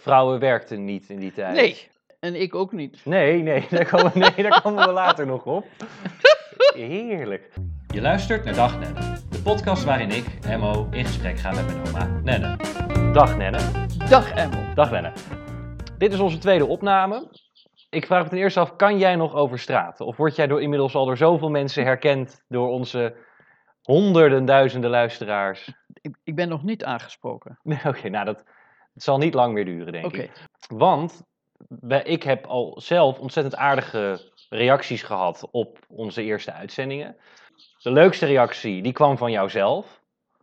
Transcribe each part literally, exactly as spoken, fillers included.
vrouwen werkten niet in die tijd. Nee, en ik ook niet. Nee, nee, daar komen, nee, daar komen we later nog op. Heerlijk. Je luistert naar Dag Nenne, de podcast waarin ik, Emmo, in gesprek ga met mijn oma, Nenne. Dag Nenne. Dag Emmo. Dag Nenne. Dit is onze tweede opname. Ik vraag me ten eerste af, kan jij nog over straat? Of word jij door, inmiddels al door zoveel mensen herkend door onze honderden, duizenden luisteraars? Ik, ik ben nog niet aangesproken. Nee, oké, okay, nou dat het zal niet lang meer duren, denk okay. ik. Want bij, ik heb al zelf ontzettend aardige reacties gehad op onze eerste uitzendingen. De leukste reactie, die kwam van jouzelf.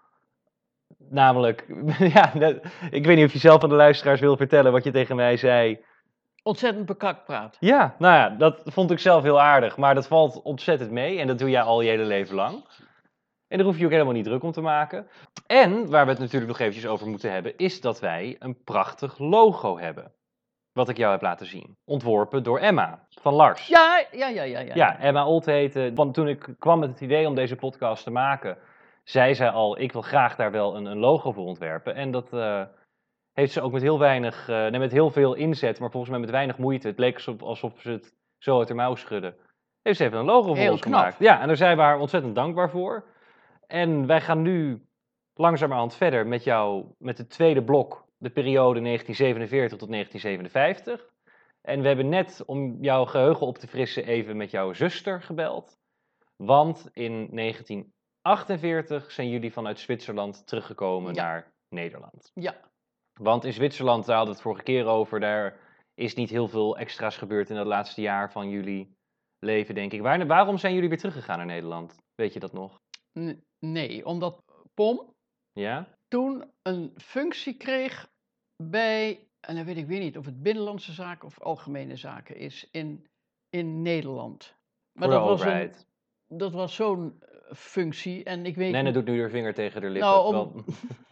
Namelijk, ja, ik weet niet of je zelf aan de luisteraars wil vertellen wat je tegen mij zei. Ontzettend bekakt praat. Ja, nou ja, dat vond ik zelf heel aardig, maar dat valt ontzettend mee en dat doe jij al je hele leven lang. En daar hoef je ook helemaal niet druk om te maken. En, waar we het natuurlijk nog eventjes over moeten hebben, is dat wij een prachtig logo hebben. Wat ik jou heb laten zien. Ontworpen door Emma van Lars. Ja, ja, ja, ja. Ja, ja Emma Olt heette. Want toen ik kwam met het idee om deze podcast te maken, zei zij al, ik wil graag daar wel een, een logo voor ontwerpen. En dat uh, heeft ze ook met heel weinig, uh, nee, met heel veel inzet, maar volgens mij met weinig moeite. Het leek alsof, alsof ze het zo uit haar mouw schudden. Heeft ze even een logo voor heel ons knap. gemaakt. Ja, en daar zijn we haar ontzettend dankbaar voor. En wij gaan nu langzamerhand verder met jou, met het tweede blok, de periode negentien zevenenveertig tot negentien zevenenvijftig. En we hebben net, om jouw geheugen op te frissen, even met jouw zuster gebeld. Want in negentien achtenveertig zijn jullie vanuit Zwitserland teruggekomen ja. naar Nederland. Ja. Want in Zwitserland, daar hadden we het vorige keer over, daar is niet heel veel extra's gebeurd in het laatste jaar van jullie leven, denk ik. Waar, waarom zijn jullie weer teruggegaan naar Nederland? Weet je dat nog? Nee, omdat Pom ja? toen een functie kreeg bij, en dan weet ik weer niet of het Binnenlandse Zaken of Algemene Zaken is, in, in Nederland. Maar Voor dat de was overheid. Een, dat was zo'n functie en ik weet... Nenne doet nu haar vinger tegen de lippen. Nou, om,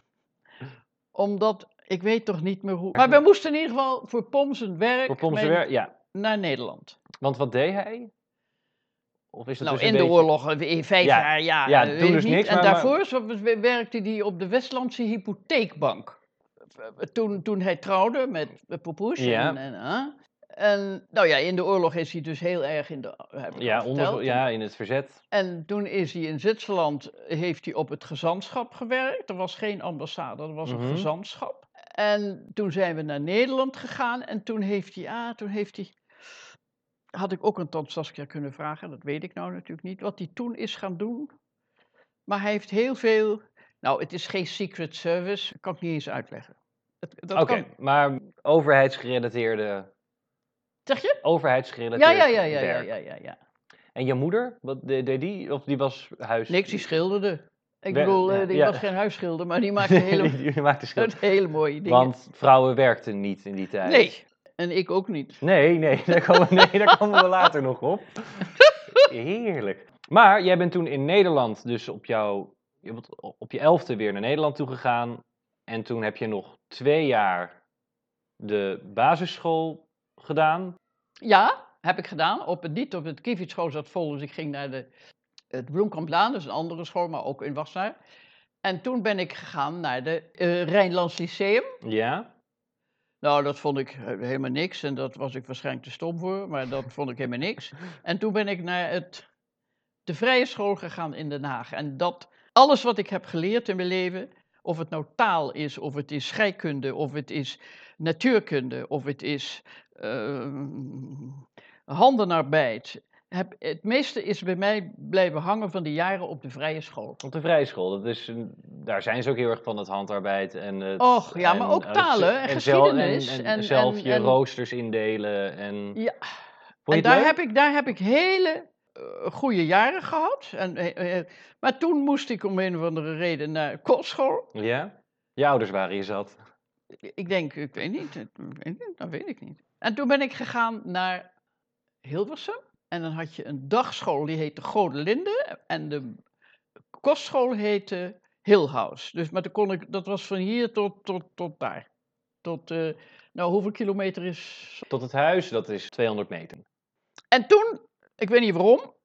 omdat, ik weet toch niet meer hoe... Maar we moesten in ieder geval voor Pom zijn werk, voor Pom zijn werk ja. naar Nederland. Want wat deed hij? Of is dat nou, dus in een de beetje... oorlog, in vijf ja. jaar, ja, ja weet toen ik dus niet. Niks, en maar, daarvoor maar... werkte hij op de Westlandse Hypotheekbank. Toen, toen hij trouwde met Popoes. Ja. En, en, uh, en nou ja, in de oorlog is hij dus heel erg in de... Heb ik ja, onder, ja, in het verzet. En toen is hij in Zwitserland, heeft hij op het gezantschap gewerkt. Er was geen ambassade, er was mm-hmm. een gezantschap. En toen zijn we naar Nederland gegaan en toen heeft hij, ah, toen heeft hij... Had ik ook een Tante Saskia kunnen vragen, dat weet ik nou natuurlijk niet, wat hij toen is gaan doen. Maar hij heeft heel veel... Nou, het is geen Secret Service, dat kan ik niet eens uitleggen. Oké, okay, kan... maar overheidsgerelateerde... Zeg je? Overheidsgerelateerd ja, ja, ja, ja, werk. Ja, ja, ja, ja. En je moeder, wat deed die? Of die was huis... Niks, die schilderde. Ik Wer... bedoel, uh, die ja. was geen huisschilder, maar die maakte hele, die maakte schilder. hele mooie dingen. Want vrouwen werkten niet in die tijd. Nee, en ik ook niet. Nee, nee, daar komen, nee, daar komen we later nog op. Heerlijk. Maar jij bent toen in Nederland, dus op, jouw, op je elfde weer naar Nederland toegegaan. En toen heb je nog twee jaar de basisschool gedaan. Ja, heb ik gedaan. Op het, niet op het Kievietschool zat vol, dus ik ging naar de, het Bloemkamplaan, dus een andere school, maar ook in Wassenaar. En toen ben ik gegaan naar de uh, Rijnlands Lyceum. Ja. Nou, dat vond ik helemaal niks en dat was ik waarschijnlijk te stom voor, maar dat vond ik helemaal niks. En toen ben ik naar het, de vrije school gegaan in Den Haag. En dat, alles wat ik heb geleerd in mijn leven, of het nou taal is, of het is scheikunde, of het is natuurkunde, of het is uh, handenarbeid. Heb, het meeste is bij mij blijven hangen van de jaren op de vrije school. Op de vrije school, dat is, daar zijn ze ook heel erg van, het handarbeid en het... Och, ja, en, maar ook talen en, en geschiedenis. En, en, en, en zelf je en, roosters indelen en... Ja, Vond je en daar leuk? heb, ik, daar heb ik hele uh, goede jaren gehad. En, uh, uh, maar toen moest ik om een of andere reden naar kostschool. Ja? Je ouders waren je zat. Ik denk, ik weet niet, ik weet niet, dat weet ik niet. En toen ben ik gegaan naar Hilversum. En dan had je een dagschool, die heette Godelinde. En de kostschool heette Hillhouse. Dus, maar dan kon ik, dat was van hier tot, tot, tot daar. Tot, uh, nou, hoeveel kilometer is... Tot het huis, dat is tweehonderd meter. En toen, ik weet niet waarom,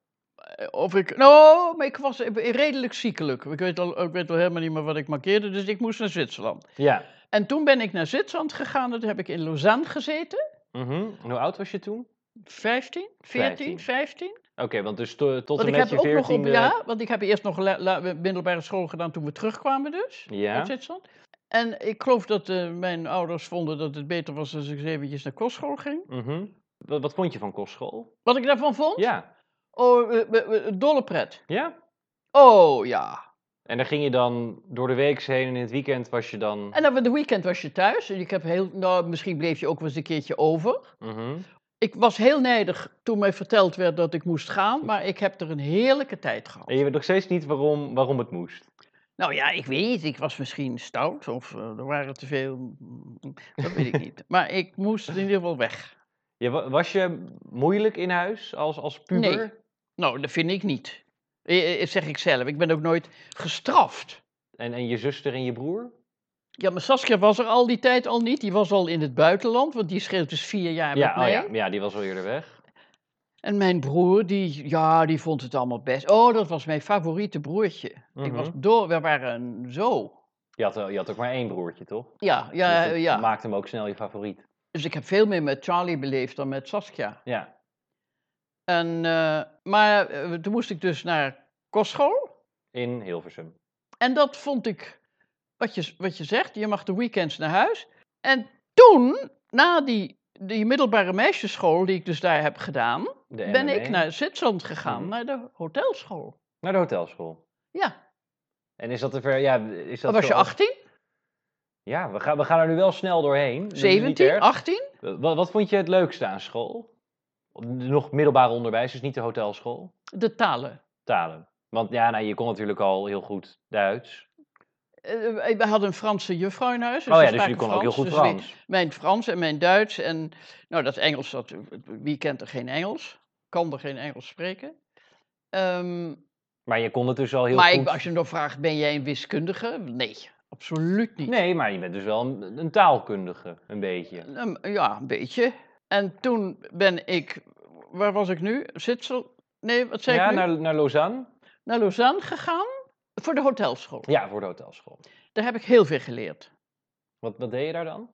of ik... Nou, maar ik was redelijk ziekelijk. Ik weet, al, ik weet al helemaal niet meer wat ik markeerde, dus ik moest naar Zwitserland. Ja. En toen ben ik naar Zwitserland gegaan en toen heb ik in Lausanne gezeten. Mm-hmm. En hoe oud was je toen? vijftien, veertien, vijftien. Oké, okay, want dus to, tot want en ik met heb je ook nog op, veertiende... ja, want ik heb eerst nog la, la, middelbare school gedaan toen we terugkwamen dus, ja. uit Zwitserland. En ik geloof dat uh, mijn ouders vonden dat het beter was als ik eens eventjes naar kostschool ging. Mm-hmm. wat, wat vond je van kostschool? Wat ik daarvan vond? Ja. Oh, uh, uh, uh, dolle pret. Ja? Oh, ja. En daar ging je dan door de week heen en in het weekend was je dan... En dan de weekend was je thuis. En ik heb heel, nou, misschien bleef je ook wel eens een keertje over. Mm-hmm. Ik was heel nijdig toen mij verteld werd dat ik moest gaan, maar ik heb er een heerlijke tijd gehad. En je weet nog steeds niet waarom, waarom het moest? Nou ja, ik weet niet. Ik was misschien stout of uh, er waren te veel... Dat weet ik niet. Maar ik moest in ieder geval weg. Ja, was je moeilijk in huis als, als puber? Nee. Nou, dat vind ik niet. Dat zeg ik zelf. Ik ben ook nooit gestraft. En, en je zuster en je broer? Ja, maar Saskia was er al die tijd al niet. Die was al in het buitenland, want die scheelt dus vier jaar ja, met mij. Oh ja, ja, die was al eerder weg. En mijn broer, die, ja, die vond het allemaal best. Oh, dat was mijn favoriete broertje. Mm-hmm. Ik was door, we waren zo. Je had, je had ook maar één broertje, toch? Ja, ja, dus dat ja. maakte hem ook snel je favoriet. Dus ik heb veel meer met Charlie beleefd dan met Saskia. Ja. En, uh, maar uh, toen moest ik dus naar kostschool. In Hilversum. En dat vond ik, wat je, wat je zegt, je mag de weekends naar huis. En toen, na die, die middelbare meisjesschool die ik dus daar heb gedaan, ben ik naar Zwitserland gegaan, mm. naar de hotelschool. Naar de hotelschool? Ja. En is dat te ver, ja, is dat Was je achttien? Ja, we gaan, we gaan er nu wel snel doorheen. zeventien, achttien? Wat, wat vond je het leukste aan school? Nog middelbaar onderwijs, dus niet de hotelschool? De talen. Talen. Want ja, nou, je kon natuurlijk al heel goed Duits. Uh, we hadden een Franse juffrouw in huis. Dus oh ja, dus je kon Frans, ook heel goed Frans. Dus mijn Frans en mijn Duits. En nou, dat Engels, dat, wie kent er geen Engels? Kan er geen Engels spreken? Um, maar je kon het dus al heel maar goed... Maar als je nog vraagt, ben jij een wiskundige? Nee, absoluut niet. Nee, maar je bent dus wel een, een taalkundige, een beetje. Um, ja, een beetje. En toen ben ik... Waar was ik nu? Zwitserland? Nee, wat zei ja, ik nu? Ja, naar, naar Lausanne. Naar Lausanne gegaan. Voor de hotelschool. Ja, voor de hotelschool. Daar heb ik heel veel geleerd. Wat, wat deed je daar dan?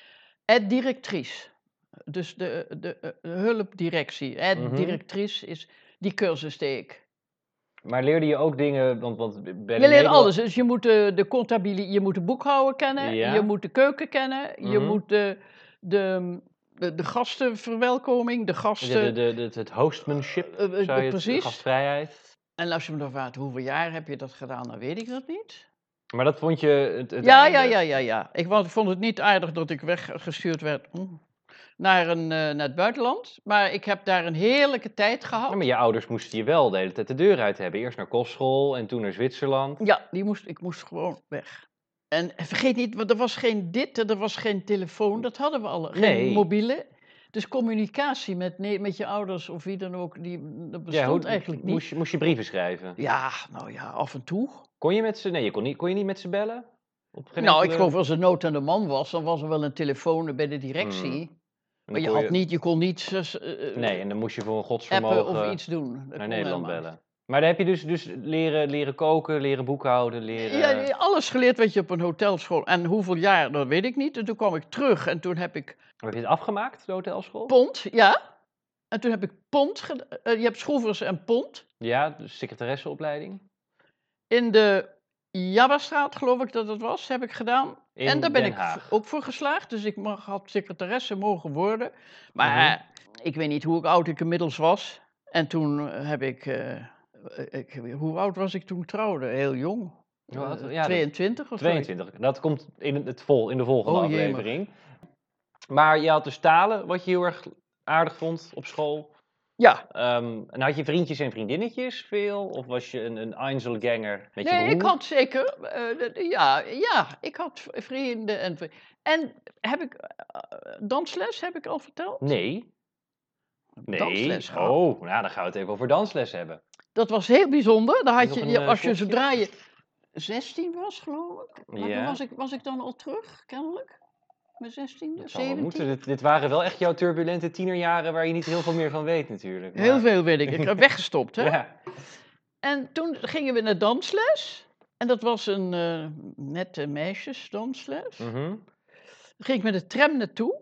Het directrice. Dus de, de, de, de hulpdirectie. Het mm-hmm. directrice is die cursus deed ik. Maar leerde je ook dingen, want, want bij je leert Nederland... alles. Dus je moet de, de contabiliteit, je moet de boekhouden kennen, ja. je moet de keuken kennen, mm-hmm. je moet de, de, de, de gastenverwelkoming, de gasten... De, de, de, de, het hostmanship, uh, uh, zou je precies. Het, de gastvrijheid. En als je me dan vraagt, hoeveel jaar heb je dat gedaan, dan weet ik dat niet. Maar dat vond je het, het ja, einde? ja, ja, ja, ja. Ik vond het niet aardig dat ik weggestuurd werd naar, een, uh, naar het buitenland. Maar ik heb daar een heerlijke tijd gehad. Ja, maar je ouders moesten je wel de hele tijd de deur uit hebben. Eerst naar kostschool en toen naar Zwitserland. Ja, die moest, ik moest gewoon weg. En vergeet niet, want er was geen dit, er was geen telefoon, dat hadden we al. Geen nee. mobiele. Dus communicatie met, nee, met je ouders of wie dan ook, die, dat bestond ja, hoe, eigenlijk niet. Moest je, moest je brieven schrijven? Ja, nou ja, af en toe. Kon je met ze, nee, je kon, niet, kon je niet met ze bellen? Op geen nou, enkele... ik geloof als er nood aan de man was, dan was er wel een telefoon bij de directie. Hmm. Maar je, had je... Niet, je kon niet... Uh, nee, en dan moest je voor een godsvermogen... of iets doen. Dat naar Nederland helemaal. Bellen. Maar daar heb je dus, dus leren, leren koken, leren boekhouden, leren... Ja, alles geleerd wat je op een hotelschool... En hoeveel jaar, dat weet ik niet. En toen kwam ik terug en toen heb ik... Heb je het afgemaakt, de hotelschool? Pont, ja. En toen heb ik pont... Ged... Uh, je hebt schroevers en pont. Ja, dus secretaresseopleiding. In de Jabbastraat, geloof ik dat het was, heb ik gedaan. In en daar ben Den ik Haag. ook voor geslaagd. Dus ik mag, had secretaresse mogen worden. Maar mm-hmm. ik weet niet hoe oud ik inmiddels was. En toen heb ik... Uh, ik hoe oud was ik toen ik trouwde? Heel jong. Uh, ja, tweeëntwintig of tweeëntwintig. Dat, dat komt in, het vol, in de volgende oh, aflevering. Maar je had dus talen, wat je heel erg aardig vond op school. Ja. Um, en had je vriendjes en vriendinnetjes veel? Of was je een, een Einzelganger met nee, je broer? ik had zeker... Uh, ja, ja, ik had vrienden en... En heb ik... Uh, dansles, heb ik al verteld? Nee. Nee. Dansles gehad. Oh, nou, dan gaan we het even over dansles hebben. Dat was heel bijzonder. Dan had je, een, je, als uh, je zodra je zestien was, geloof ik. Maar ja. was ik, was ik dan al terug, kennelijk? Mijn zestiende, Dat zou wel moeten. zeventiende. Dit, dit waren wel echt jouw turbulente tienerjaren waar je niet heel veel meer van weet natuurlijk. Heel maar- veel weet ik. Ik heb weggestopt, hè. Ja. En toen gingen we naar dansles. En dat was een eh, nette meisjesdansles. Mhm. Daar ging ik met de tram naartoe.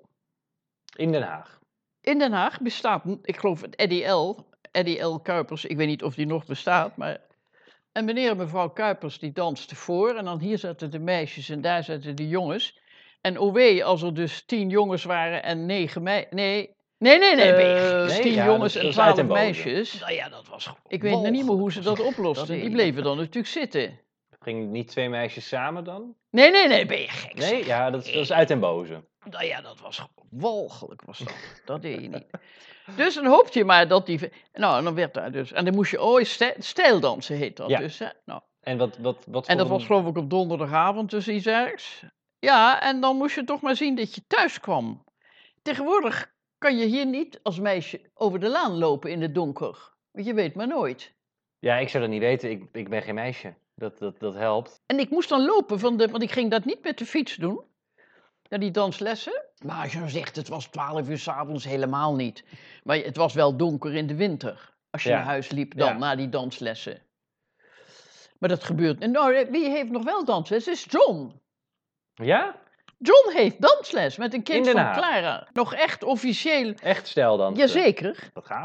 In Den Haag. In Den Haag bestaat, ik geloof het Eddie L. Eddie L. Kuipers, ik weet niet of die nog bestaat, maar... En meneer en mevrouw Kuipers, die dansten voor. En dan hier zaten de meisjes en daar zaten de jongens. En o wee, als er dus tien jongens waren en negen meisjes... Nee, nee, nee, nee. ben je Eh, gek? nee, tien ja, jongens dat- en dat is uit twaalf den boze. meisjes. Nou ja, dat was gewoon Ik weet nog niet meer hoe walgelijk. ze dat oplosten. Dat Die deed- bleven dan natuurlijk zitten. Gingen niet twee meisjes samen dan? Nee, nee, nee, ben je gek? Nee, zeg. ja, dat is, dat is uit den boze. Nou ja, dat was gewoon walgelijk, was dat. Dat deed je niet. Dus dan hoopte je maar dat die... Nou, en dan werd daar dus... En dan moest je ooit stij- stijldansen, heet dat Ja. dus, hè. Nou, En wat, wat, wat en dat voor was een- geloof ik op donderdagavond, dus iets ergs. Ja, en dan moest je toch maar zien dat je thuis kwam. Tegenwoordig kan je hier niet als meisje over de laan lopen in het donker. Want je weet maar nooit. Ja, ik zou dat niet weten. Ik, ik ben geen meisje. Dat, dat, dat helpt. En ik moest dan lopen, van de, want ik ging dat niet met de fiets doen. Naar die danslessen. Maar als je nou zegt, het was twaalf uur 's avonds, helemaal niet. Maar het was wel donker in de winter. Als je Ja. naar huis liep dan, Ja. na die danslessen. Maar dat gebeurt... En nou, wie heeft nog wel dansles? Dat is John. Ja? John heeft dansles met een kind In Den van Haag. Clara. Nog echt officieel. Echt stijl dan. Jazeker. Wat gaaf.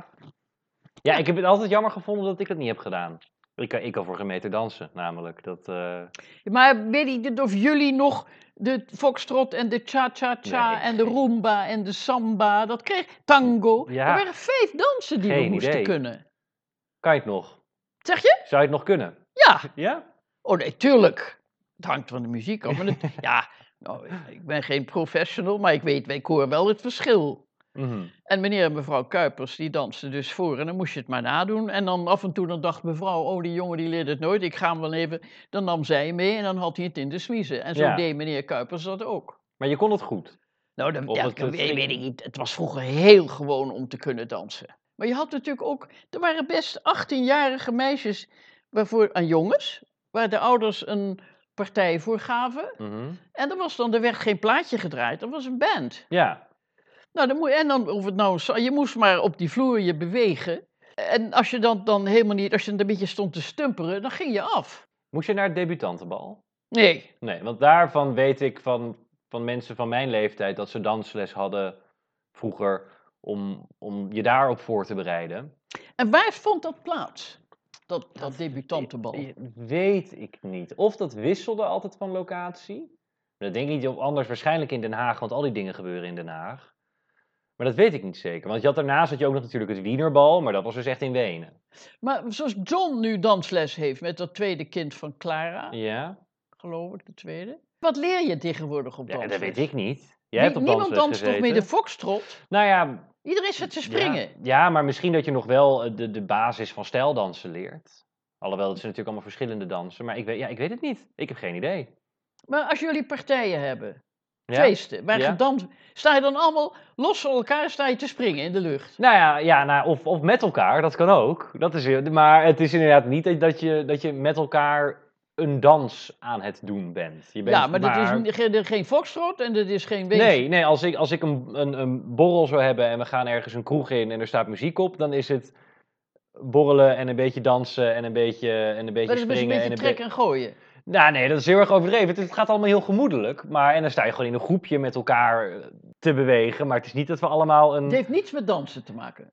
Ja, ik heb het altijd jammer gevonden dat ik dat niet heb gedaan. Ik kan, ik kan voor geen meter dansen, namelijk. Dat, eh, Maar weet ik niet of jullie nog de foxtrot en de cha-cha-cha Nee, en de geen- rumba en de samba, dat kreeg tango. Ja. Er waren vijf dansen die we Geen moesten idee. kunnen. kan je het nog? Zeg je? Zou je het nog kunnen? Ja. Ja? Oh nee, tuurlijk. Het hangt van de muziek af. Maar het- ja, nou, ik ben geen professional, maar ik weet, ik hoor wel het verschil. Mhm. En meneer en mevrouw Kuipers, die dansten dus voor en dan moest je het maar nadoen. En dan af en toe dan dacht mevrouw, oh die jongen die leert het nooit, ik ga hem wel even. Dan nam zij mee en dan had hij het in de smiezen. En zo Ja. deed meneer Kuipers dat ook. Maar je kon het goed. Nou, dat, Of ja, het- dat het weet, ging- weet ik niet. Het was vroeger heel gewoon om te kunnen dansen. Maar je had natuurlijk ook, er waren best achttienjarige meisjes waarvoor, aan jongens, waar de ouders een partij voor gaven. Mhm. En er, was dan, er werd geen plaatje gedraaid, er was een band. Ja. Nou, dan moet, en dan, of het nou, zo- je moest maar op die vloer je bewegen. En als je dan, dan helemaal niet, als je een beetje stond te stumperen, dan ging je af. Moest je naar het debutantenbal? Nee. Nee, want daarvan weet ik van, van mensen van mijn leeftijd dat ze dansles hadden vroeger om, om je daarop voor te bereiden. En waar vond dat plaats? Dat, dat debutantenbal. Eh, Weet ik niet. Of dat wisselde altijd van locatie. Dat denk ik niet, of anders waarschijnlijk in Den Haag, want al die dingen gebeuren in Den Haag. Maar dat weet ik niet zeker. Want je had daarnaast had je ook nog natuurlijk het Wienerbal, maar dat was dus echt in Wenen. Maar zoals John nu dansles heeft met dat tweede kind van Clara, Ja? geloof ik, de tweede. Wat leer je tegenwoordig op Ja, dansles? dat weet ik niet. Jij Nie- hebt op niemand dansles danst toch gezeten. meer de foxtrot? Nou ja, Iedereen zit te springen. Ja, ja, maar misschien dat je nog wel eh, de, de basis van stijldansen leert. Alhoewel, het zijn natuurlijk allemaal verschillende dansen. Maar ik weet, ja, ik weet het niet. Ik heb geen idee. Maar als jullie partijen hebben, Ja? feesten, waar Ja? gedanst, sta je dan allemaal los van elkaar, sta je te springen in de lucht? Nou ja, ja nou, of, of met elkaar, dat kan ook. Dat is, weer- maar het is inderdaad niet dat- dat je, dat je met elkaar een dans aan het doen bent. Je bent Ja, maar, dit is niet- geen, geen foxtrot en dit is geen wees. Nee, nee als ik, als ik een, een, een borrel zou hebben en we gaan ergens een kroeg in en er staat muziek op, dan is het borrelen en een beetje dansen en een beetje, en een beetje Maar dat is een springen. beetje en een trekken en gooien. Nou, nee, dat is heel erg overdreven. Het, het gaat allemaal heel gemoedelijk. Maar, en dan sta je gewoon in een groepje met elkaar eh, te bewegen. Maar het is niet dat we allemaal een... Het heeft niets met dansen te maken.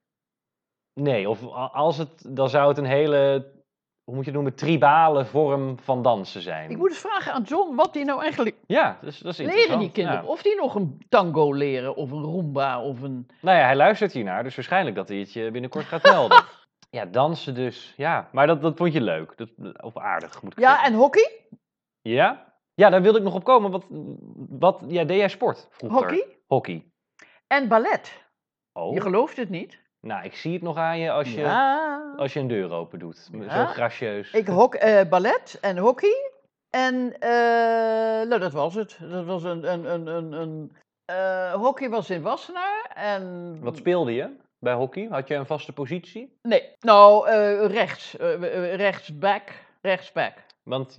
Nee, of a- als het, dan zou het een hele, hoe moet je het noemen, tribale vorm van dansen zijn. Ik moet eens vragen aan John wat die nou eigenlijk Ja, dus, dat is leren, interessant. die kinderen. Ja. Of die nog een tango leren, of een rumba, of een... Nou ja, hij luistert hiernaar, dus waarschijnlijk dat hij het je binnenkort gaat melden. Ja, dansen dus, ja. Maar dat, dat vond je leuk, dat, of aardig, moet ik Ja, zeggen. en hockey? Ja? Ja, daar wilde ik nog op komen. Wat, wat ja, deed jij sport vroeger? Hockey? Hockey. En ballet. Oh. Je gelooft het niet? Nou, ik zie het nog aan je als je, Ja. als je een deur open doet. Zo Ja. gracieus. Ik hok, eh, ballet en hockey. En eh, nou, dat was het. Dat was een... een, een, een, een eh, hockey was in Wassenaar en... Wat speelde je bij hockey? Had je een vaste positie? Nee, nou, eh, rechts. eh, eh, rechtsback. Rechtsback. Want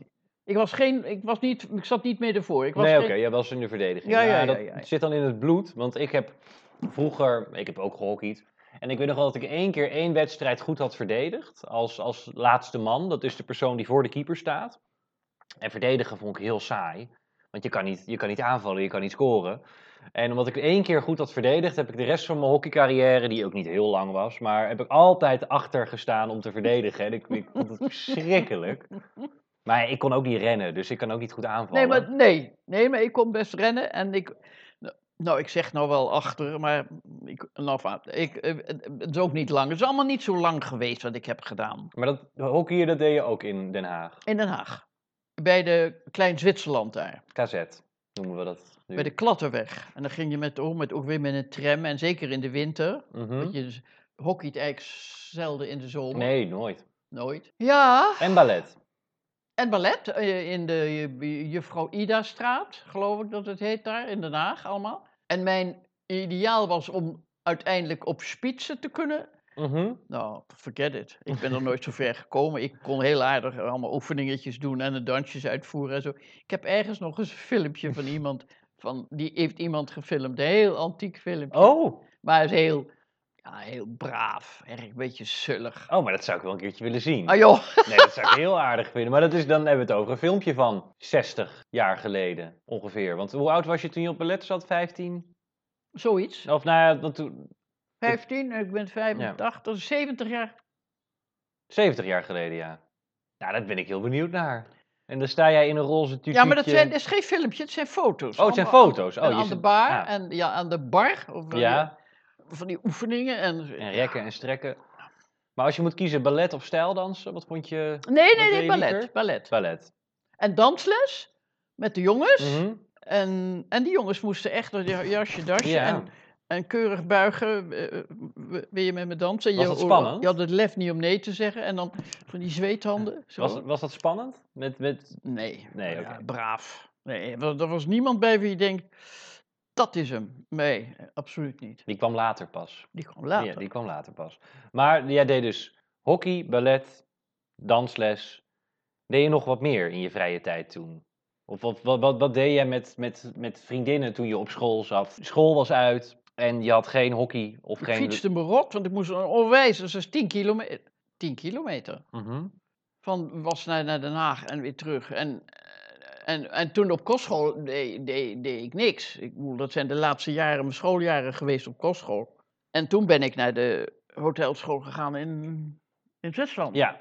Ik was geen, ik was niet, ik zat niet meer ervoor. Ik was Nee, oké, geen... jij was in de verdediging. Ja, ja, Maar ja, dat ja. zit dan in het bloed, want ik heb vroeger, ik heb ook gehockeyd. En ik weet nog wel dat ik één keer één wedstrijd goed had verdedigd, als, als laatste man. Dat is de persoon die voor de keeper staat. En verdedigen vond ik heel saai, want je kan niet, je kan niet aanvallen, je kan niet scoren. En omdat ik één keer goed had verdedigd, heb ik de rest van mijn hockeycarrière, die ook niet heel lang was, maar heb ik altijd achter gestaan om te verdedigen. En ik, ik vond het verschrikkelijk. Maar ik kon ook niet rennen, dus ik kan ook niet goed Nee, aanvallen. maar nee, nee, maar ik kon best rennen en ik, nou, ik zeg nou wel achter, maar ik, nou, ik, eh, het is ook niet lang. Het is allemaal niet zo lang geweest wat ik heb gedaan. Maar dat hockeyen, dat deed je ook in Den Haag. In Den Haag, bij de Klein Zwitserland daar, K Z noemen we dat nu. bij de Klattenweg. En dan ging je met, ook, met, ook weer met een tram en zeker in de winter, Mhm. want je dus hockeyt eigenlijk zelden in de zomer. Nee, nooit. Nooit. Ja, En ballet. en ballet eh, in de eh, Juffrouw Ida-straat, geloof ik dat het heet daar, in Den Haag allemaal. En mijn ideaal was om uiteindelijk op spitsen te kunnen. Mhm. Nou, forget it. Ik ben er nooit zo ver gekomen. Ik kon heel aardig allemaal oefeningetjes doen en de dansjes uitvoeren en zo. Ik heb ergens nog eens een filmpje van iemand, van, die heeft iemand gefilmd, een heel antiek filmpje. Oh. Maar het is heel, ja, heel braaf, erg een beetje zullig. Oh, maar dat zou ik wel een keertje willen zien. Ah joh. Nee, dat zou ik heel aardig vinden. Maar dat is, dan hebben we het over een filmpje van zestig jaar geleden ongeveer. Want hoe oud was je toen je op ballet zat? vijftien? Zoiets. Of nou ja, dat toen, vijftien, ik ben vijfentachtig, zeventig jaar. zeventig jaar geleden, ja. Nou, daar ben ik heel benieuwd naar. En dan sta jij in een roze tutuutje. Ja, maar dat, zijn, dat is geen filmpje, het zijn foto's. Oh, het zijn Allemaal foto's. aan- Oh, en je aan de zit- bar, ja. en ja, aan de bar. Of, eh, Ja, Van die oefeningen. En, en rekken en strekken. Maar als je moet kiezen ballet of stijldansen, wat vond je? Nee, wat nee, deed nee, je ballet, liever? ballet. Ballet. En dansles met de jongens. Mhm. En, en die jongens moesten echt door je jasje, dasje Ja. en, en keurig buigen. eh, w- Wil je met me dansen? Was je, dat spannend? Je had het lef niet om nee te zeggen. En dan van die zweethanden. Zo. Was, was dat spannend? Met, met... Nee, Nee, nou ja, oké. braaf. Nee, er er was niemand bij wie je denkt, dat is hem. Nee, absoluut niet. Die kwam later pas. Die kwam later. Ja, die kwam later pas. Maar jij deed dus hockey, ballet, dansles. Deed je nog wat meer in je vrije tijd toen? Of wat, wat, wat, wat deed jij met, met, met vriendinnen toen je op school zat? School was uit en je had geen hockey of Ik geen... fietste me rot, want ik moest onwijs, dus dat is tien kilometer. tien kilometer. Mhm. Van was naar, naar Den Haag en weer terug. En, en, en toen op kostschool deed, deed, deed ik niks. Ik bedoel, dat zijn de laatste jaren, mijn schooljaren geweest op kostschool. En toen ben ik naar de hotelschool gegaan in, in Zwitserland. Ja.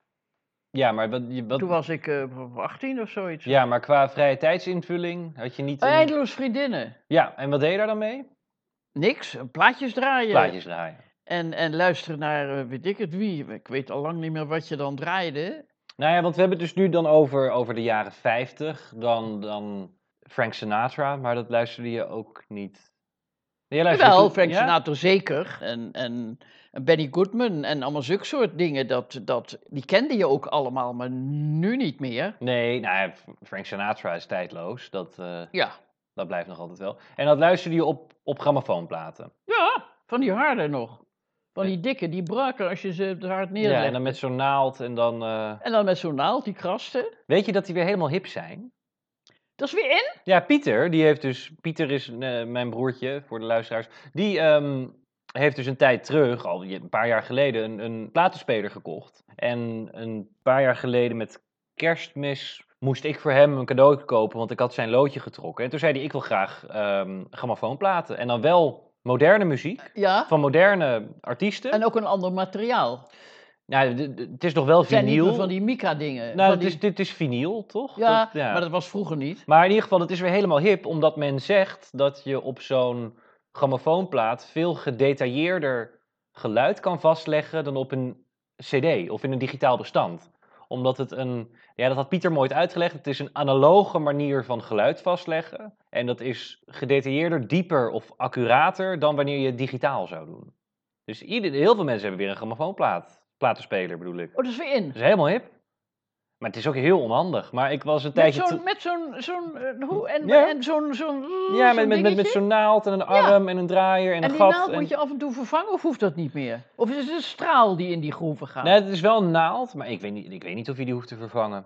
Ja, maar wat, je- wat, Toen was ik eh, achttien of zoiets. ja, maar qua vrije tijdsinvulling had je niet... een- Eindeloos vriendinnen. Ja, en wat deed je daar dan mee? Niks, plaatjes draaien. Plaatjes draaien. En, en luisteren naar, eh, weet ik het wie. Ik weet al lang niet meer wat je dan draaide. Nou ja, want we hebben het dus nu dan over, over de jaren vijftig, dan, dan Frank Sinatra, maar dat luisterde je ook niet. Nee, jij luisterde Wel, toen- Frank ja? Sinatra zeker. En, en, en Benny Goodman en allemaal zulke soort dingen. Dat, dat, die kende je ook allemaal, maar nu niet meer. Nee, nou ja, Frank Sinatra is tijdloos, dat, eh, Ja. dat blijft nog altijd wel. En dat luisterde je op, op grammofoonplaten. Ja, van die harde nog. Van die dikke, die braken als je ze op het hart Ja, neerlegt. en dan met zo'n naald en dan... eh, En dan met zo'n naald, die krasten. Weet je dat die weer helemaal hip zijn? Dat is weer in. Ja, Pieter, die heeft dus... Pieter is eh, mijn broertje, voor de luisteraars. Die ehm, heeft dus een tijd terug, al een paar jaar geleden, een, een platenspeler gekocht. En een paar jaar geleden met kerstmis moest ik voor hem een cadeau kopen, want ik had zijn loodje getrokken. En toen zei hij, ik wil graag ehm grammofoonplaten. En dan wel moderne muziek, Ja. van moderne artiesten. En ook een ander materiaal. Nou, d- d- het is nog wel Het zijn niet vinyl. meer van die mica-dingen. Nou, van het die- is, dit is vinyl, toch? Ja, Dat- maar dat was vroeger niet. Maar in ieder geval, het is weer helemaal hip, omdat men zegt dat je op zo'n grammofoonplaat veel gedetailleerder geluid kan vastleggen dan op een cd of in een digitaal bestand. Omdat het een, ja, dat had Pieter mooi uitgelegd, het is een analoge manier van geluid vastleggen. En dat is gedetailleerder, dieper of accurater dan wanneer je het digitaal zou doen. Dus ieder, heel veel mensen hebben weer een grammofoonplaat, platenspeler bedoel ik. Oh, dat is weer in. Dat is helemaal hip. Maar het is ook heel onhandig. Maar ik was een Met tijdje... zo'n, te- met zo'n, zo'n, eh, hoe, en, Ja. en zo'n, zo'n, Ja, zo'n met, met, met, met dingetje. zo'n naald en een arm en een draaier en, En een die gat. naald en... moet je af en toe vervangen of hoeft dat niet meer? Of is het een straal die in die groeven gaat? Nee, het is wel een naald, maar ik weet niet, ik weet niet of je die hoeft te vervangen.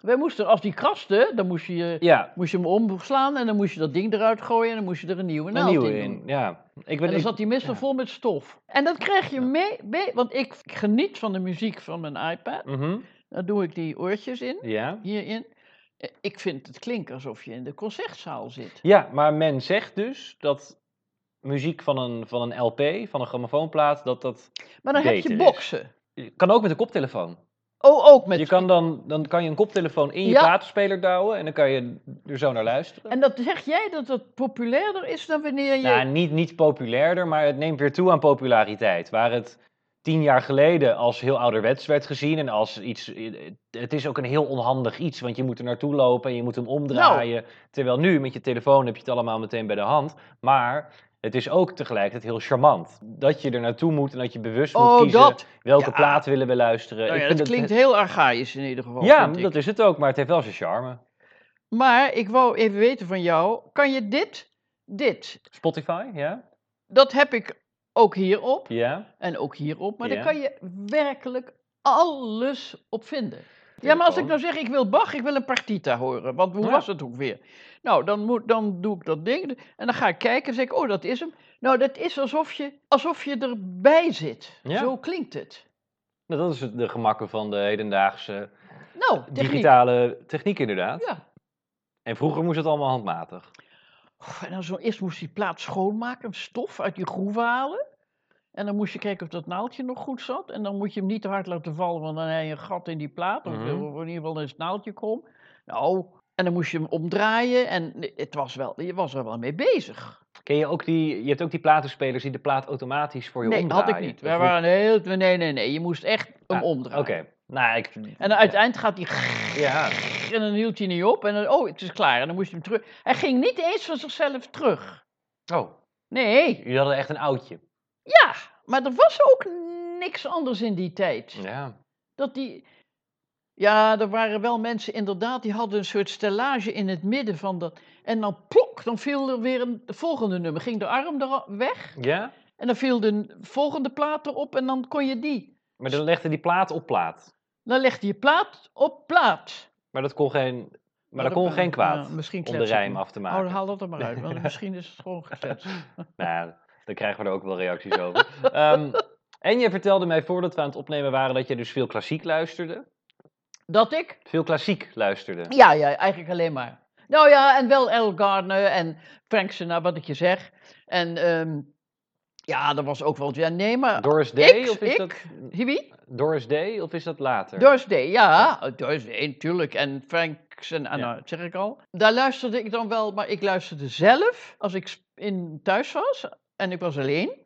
Wij moesten, als die kraste, dan moest je, Ja, moest je hem omslaan en dan moest je dat ding eruit gooien en dan moest je er een nieuwe een naald nieuwe in doen. in. Ja. Ik En ben, dan ik, zat die meestal ja. vol met stof. En dat krijg je Ja. mee, mee, want ik geniet van de muziek van mijn iPad. Mhm. Daar doe ik die oortjes in, Ja. hierin. Eh, Ik vind het klinken alsof je in de concertzaal zit. Ja, maar men zegt dus dat muziek van een, van een L P, van een grammofoonplaat, dat dat Maar dan heb beter je is. boksen. Kan ook met een koptelefoon. Oh, ook met... Je kan dan, dan kan je een koptelefoon in je Ja. platenspeler douwen en dan kan je er zo naar luisteren. En dat zeg jij dat dat populairder is dan wanneer je... Nou, niet, niet populairder, maar het neemt weer toe aan populariteit. Waar het tien jaar geleden als heel ouderwets werd gezien en als iets... Het is ook een heel onhandig iets, want je moet er naartoe lopen en je moet hem omdraaien. Nou. Terwijl nu, met je telefoon heb je het allemaal meteen bij de hand. Maar het is ook tegelijkertijd heel charmant. Dat je er naartoe moet en dat je bewust moet Oh, kiezen dat. welke Ja. plaat willen we luisteren. Nou ja, Ik dat vind klinkt het, heel archaïs in ieder geval, Ja, vind ik. dat is het ook, maar het heeft wel zijn charme. Maar ik wou even weten van jou, kan je dit, dit, Spotify, ja? dat heb ik ook hierop Ja. en ook hierop, maar Ja. daar kan je werkelijk alles op vinden. Ja, maar als ik nou zeg, ik wil Bach, ik wil een partita horen, want hoe Ja. was het ook weer? Nou, dan, moet, dan doe ik dat ding en dan ga ik kijken en zeg ik, oh, dat is hem. Nou, dat is alsof je, alsof je erbij zit. Ja. Zo klinkt het. Nou, dat is het- de gemakken van de hedendaagse Nou, techniek. digitale techniek inderdaad. Ja. En vroeger moest het allemaal handmatig. Oef, En dan zo, eerst moest die plaat schoonmaken, stof uit die groeven halen. En dan moest je kijken of dat naaldje nog goed zat. En dan moet je hem niet te hard laten vallen, want dan heb je een gat in die plaat. Of Mhm. in ieder geval is het naaldje krom. Nou, en dan moest je hem omdraaien. En het was wel, je was er wel mee bezig. Ken je ook die, je hebt ook die platenspelers die de plaat automatisch voor je Nee, omdraaien. had ik niet. Of Wij hoe- waren heel, nee, nee, nee. Je moest echt hem Ah, omdraaien. Oké. Nou, ik... En dan uiteindelijk gaat hij... Ja. En dan hield hij niet op. En dan, oh, het is klaar. En dan moest je hem terug. Hij ging niet eens van zichzelf terug. Oh, Nee. jullie hadden echt een oudje. Ja, maar er was ook niks anders in die tijd. Ja. Dat die... Ja, er waren wel mensen inderdaad, die hadden een soort stellage in het midden van dat... En dan plok, dan viel er weer een volgende nummer. Ging de arm er weg Ja? en dan viel de volgende plaat erop en dan kon je die. Maar dan legde die plaat op plaat. Dan legde je plaat op plaat. Maar dat kon geen, maar Nou, dat kon dat- geen kwaad ja, misschien om de klets ik rijm nu. af te Oh, maken. dan haal dat er maar uit, want misschien is het gewoon gekletst. Nou ja, dan krijgen we er ook wel reacties over. Ehm, en je vertelde mij voordat we aan het opnemen waren dat je dus veel klassiek luisterde. Dat ik? Veel klassiek luisterde. Ja, ja, eigenlijk alleen maar. Nou ja, en wel Al Gardner en Frank Sinatra, wat ik je zeg. En ehm, ja, dat was ook wel... Ja, nee, maar... Doris Day? ik, of is ik, dat Wie? Doris Day of is dat later? Doris Day, ja. Doris Day, natuurlijk. En Frank Sinatra, nou, dat zeg ik al. Daar luisterde ik dan wel, maar ik luisterde zelf als ik sp- in thuis was. En ik was alleen.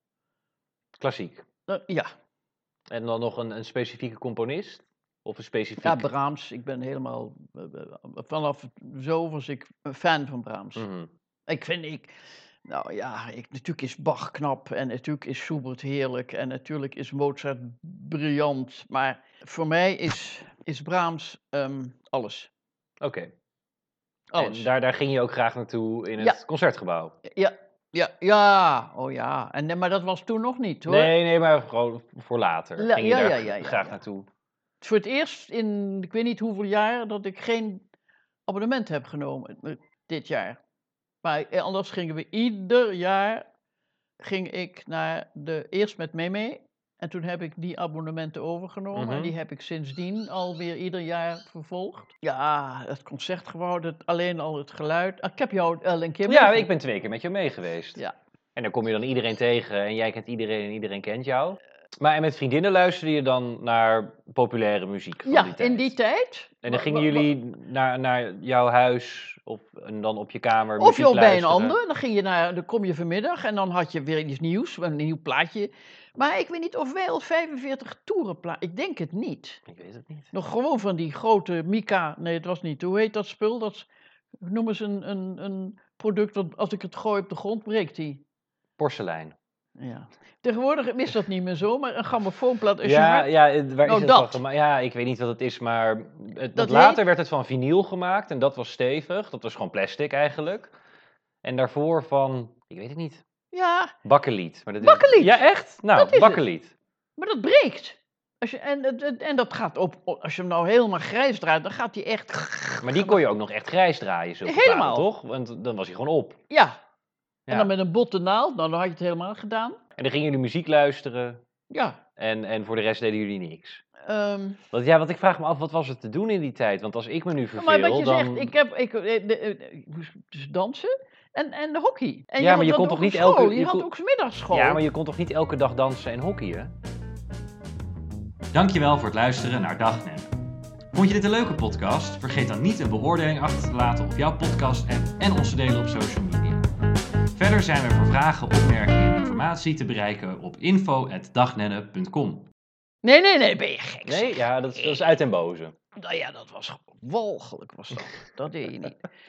Klassiek. Dan- ja, En dan nog een, een specifieke componist? Of een specifiek... ja, Brahms. Ik ben helemaal... eh, eh, vanaf zo was ik een fan van Brahms. Mhm. Ik vind, ik, nou ja, ik, natuurlijk is Bach knap en natuurlijk is Schubert heerlijk en natuurlijk is Mozart briljant. Maar voor mij is, is Brahms ehm, alles. Oké. Alles. En daar, daar ging je ook graag naartoe in het Ja. concertgebouw? Ja, ja, ja, oh ja. En, maar dat was toen nog niet hoor. Nee, nee, maar gewoon voor later. La- ging je ja, daar ja, ja, ja, graag ja. naartoe? Het is voor het eerst in, ik weet niet hoeveel jaar, dat ik geen abonnement heb genomen eh, dit jaar. Maar eh, anders gingen we ieder jaar, ging ik naar de, eerst met Meme. En toen heb ik die abonnementen overgenomen. Mhm. En die heb ik sindsdien alweer ieder jaar vervolgd. Ja, het concertgebouw, dat, alleen al het geluid. Ah, ik heb jou al een keer Ja, mee- ik ben twee keer met jou mee geweest. Ja. En dan kom je dan iedereen tegen en jij kent iedereen en iedereen kent jou. Maar en met vriendinnen luisterde je dan naar populaire muziek van Ja, die tijd? in die tijd. En dan Wa- gingen wa- wa- jullie naar, naar jouw huis of, en dan op je kamer Of muziek joh, bij een luisteren? ander, dan, ging je naar, dan kom je vanmiddag en dan had je weer iets nieuws, een nieuw plaatje. Maar ik weet niet of wij al vijfenveertig toeren plaatsen. Ik denk het niet. Ik weet het niet. Nog gewoon van die grote Mika. Nee, het was niet. Hoe heet dat spul? Dat is, noem eens een, een, een product dat als ik het gooi op de grond, breekt die. Porselein. Ja. Tegenwoordig is dat niet meer zo, maar een grammofoonplaat. Als je Ja, hard- ja, het- waar Nou, is het van dat. gemaakt? Ja, ik weet niet wat het is, maar het, Dat later heet- werd het van vinyl gemaakt en dat was stevig. Dat was gewoon plastic eigenlijk. En daarvoor van, ik weet het niet, ja, bakkeliet. Maar dat is- Bakkeliet! Ja, echt? Nou, Dat is het. bakkeliet. maar dat breekt. Als je, en, en, en dat gaat op, als je hem nou helemaal grijs draait, dan gaat hij echt... Maar die kon je ook nog echt grijs draaien, zulke Helemaal. platen, toch? Want dan was hij gewoon op. Ja. En Ja. dan met een botte naald, nou, dan had je het helemaal gedaan. En dan gingen jullie muziek luisteren Ja. en, en voor de rest deden jullie niks. ehm, Want, ja, want ik vraag me af, wat was er te doen in die tijd? Want als ik me nu verveel, maar wat je dan... zegt, ik, heb, ik, eh, de, eh, ik moest dus dansen en, en de hockey. En Ja, had maar je dat kon ook toch op niet school. elke- Je je had kon- ook 's middags school. Ja, maar je kon toch niet elke dag dansen en hockeyen? Dankjewel voor het luisteren naar Dag Nenne. Vond je dit een leuke podcast? Vergeet dan niet een beoordeling achter te laten op jouw podcast-app en ons te delen op social media. Verder zijn we voor vragen, opmerkingen en informatie te bereiken op info at dagnenne punt com. Nee, nee, nee, ben je gek. Nee, zeg. ja, dat is, dat is uit den boze. Nou ja, dat was gewoon walgelijk, was dat. Dat deed je niet.